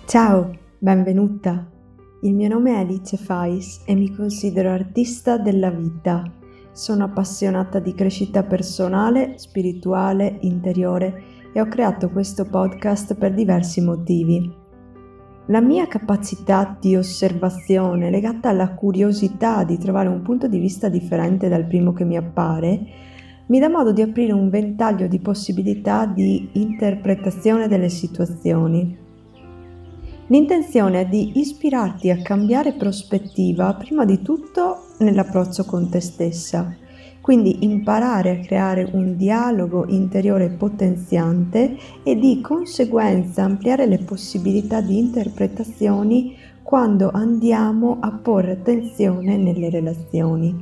Ciao, benvenuta. Il mio nome è Alice Fais e mi considero artista della vita. Sono appassionata di crescita personale, spirituale, interiore e ho creato questo podcast per diversi motivi. La mia capacità di osservazione, legata alla curiosità di trovare un punto di vista differente dal primo che mi appare, mi dà modo di aprire un ventaglio di possibilità di interpretazione delle situazioni. L'intenzione è di ispirarti a cambiare prospettiva, prima di tutto nell'approccio con te stessa, quindi imparare a creare un dialogo interiore potenziante e di conseguenza ampliare le possibilità di interpretazioni quando andiamo a porre attenzione nelle relazioni.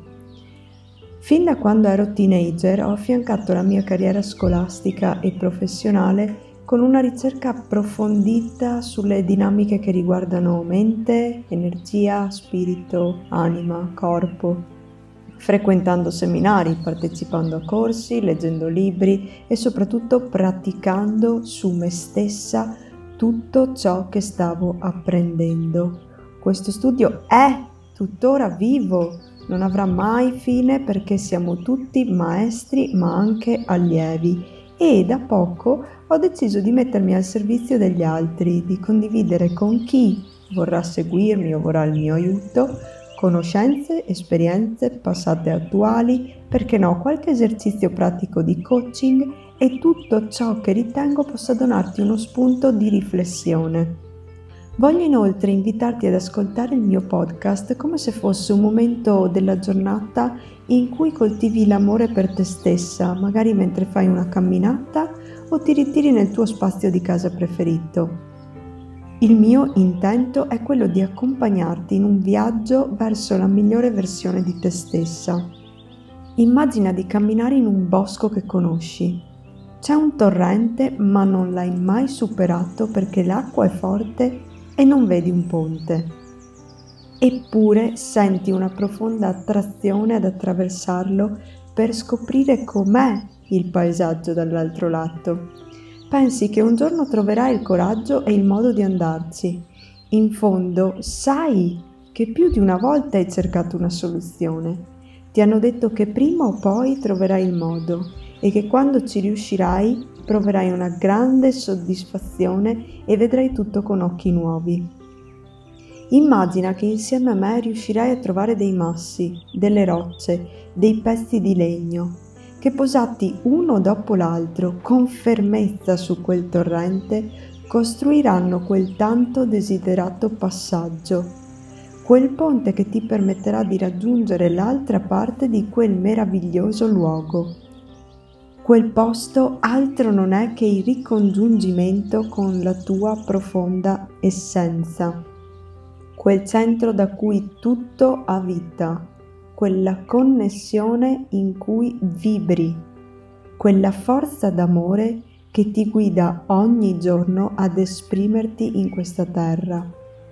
Fin da quando ero teenager ho affiancato la mia carriera scolastica e professionale con una ricerca approfondita sulle dinamiche che riguardano mente, energia, spirito, anima, corpo, frequentando seminari, partecipando a corsi, leggendo libri e soprattutto praticando su me stessa tutto ciò che stavo apprendendo. Questo studio è tuttora vivo, non avrà mai fine perché siamo tutti maestri ma anche allievi. E da poco ho deciso di mettermi al servizio degli altri, di condividere con chi vorrà seguirmi o vorrà il mio aiuto, conoscenze, esperienze, passate e attuali, perché no, qualche esercizio pratico di coaching e tutto ciò che ritengo possa donarti uno spunto di riflessione. Voglio inoltre invitarti ad ascoltare il mio podcast come se fosse un momento della giornata in cui coltivi l'amore per te stessa, magari mentre fai una camminata o ti ritiri nel tuo spazio di casa preferito. Il mio intento è quello di accompagnarti in un viaggio verso la migliore versione di te stessa. Immagina di camminare in un bosco che conosci. C'è un torrente, ma non l'hai mai superato perché l'acqua è forte e non vedi un ponte. Eppure senti una profonda attrazione ad attraversarlo per scoprire com'è il paesaggio dall'altro lato. Pensi che un giorno troverai il coraggio e il modo di andarci. In fondo sai che più di una volta hai cercato una soluzione. Ti hanno detto che prima o poi troverai il modo e che quando ci riuscirai proverai una grande soddisfazione e vedrai tutto con occhi nuovi. Immagina che insieme a me riuscirai a trovare dei massi, delle rocce, dei pezzi di legno, che posati uno dopo l'altro con fermezza su quel torrente costruiranno quel tanto desiderato passaggio, quel ponte che ti permetterà di raggiungere l'altra parte di quel meraviglioso luogo. Quel posto altro non è che il ricongiungimento con la tua profonda essenza, quel centro da cui tutto ha vita, quella connessione in cui vibri, quella forza d'amore che ti guida ogni giorno ad esprimerti in questa terra.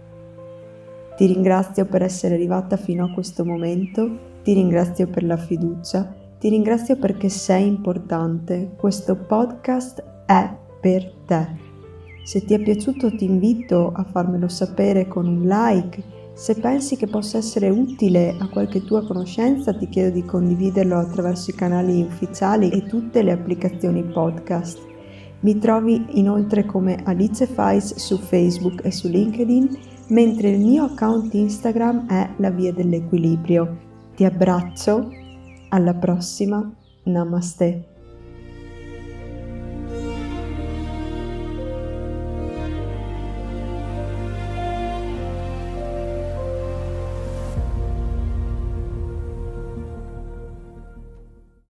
Ti ringrazio per essere arrivata fino a questo momento, ti ringrazio per la fiducia, ti ringrazio perché sei importante. Questo podcast è per te. Se ti è piaciuto ti invito a farmelo sapere con un like. Se pensi che possa essere utile a qualche tua conoscenza ti chiedo di condividerlo attraverso i canali ufficiali e tutte le applicazioni podcast. Mi trovi inoltre come Alice Fais su Facebook e su LinkedIn, mentre il mio account Instagram è La Via dell'Equilibrio. Ti abbraccio. Alla prossima, Namaste.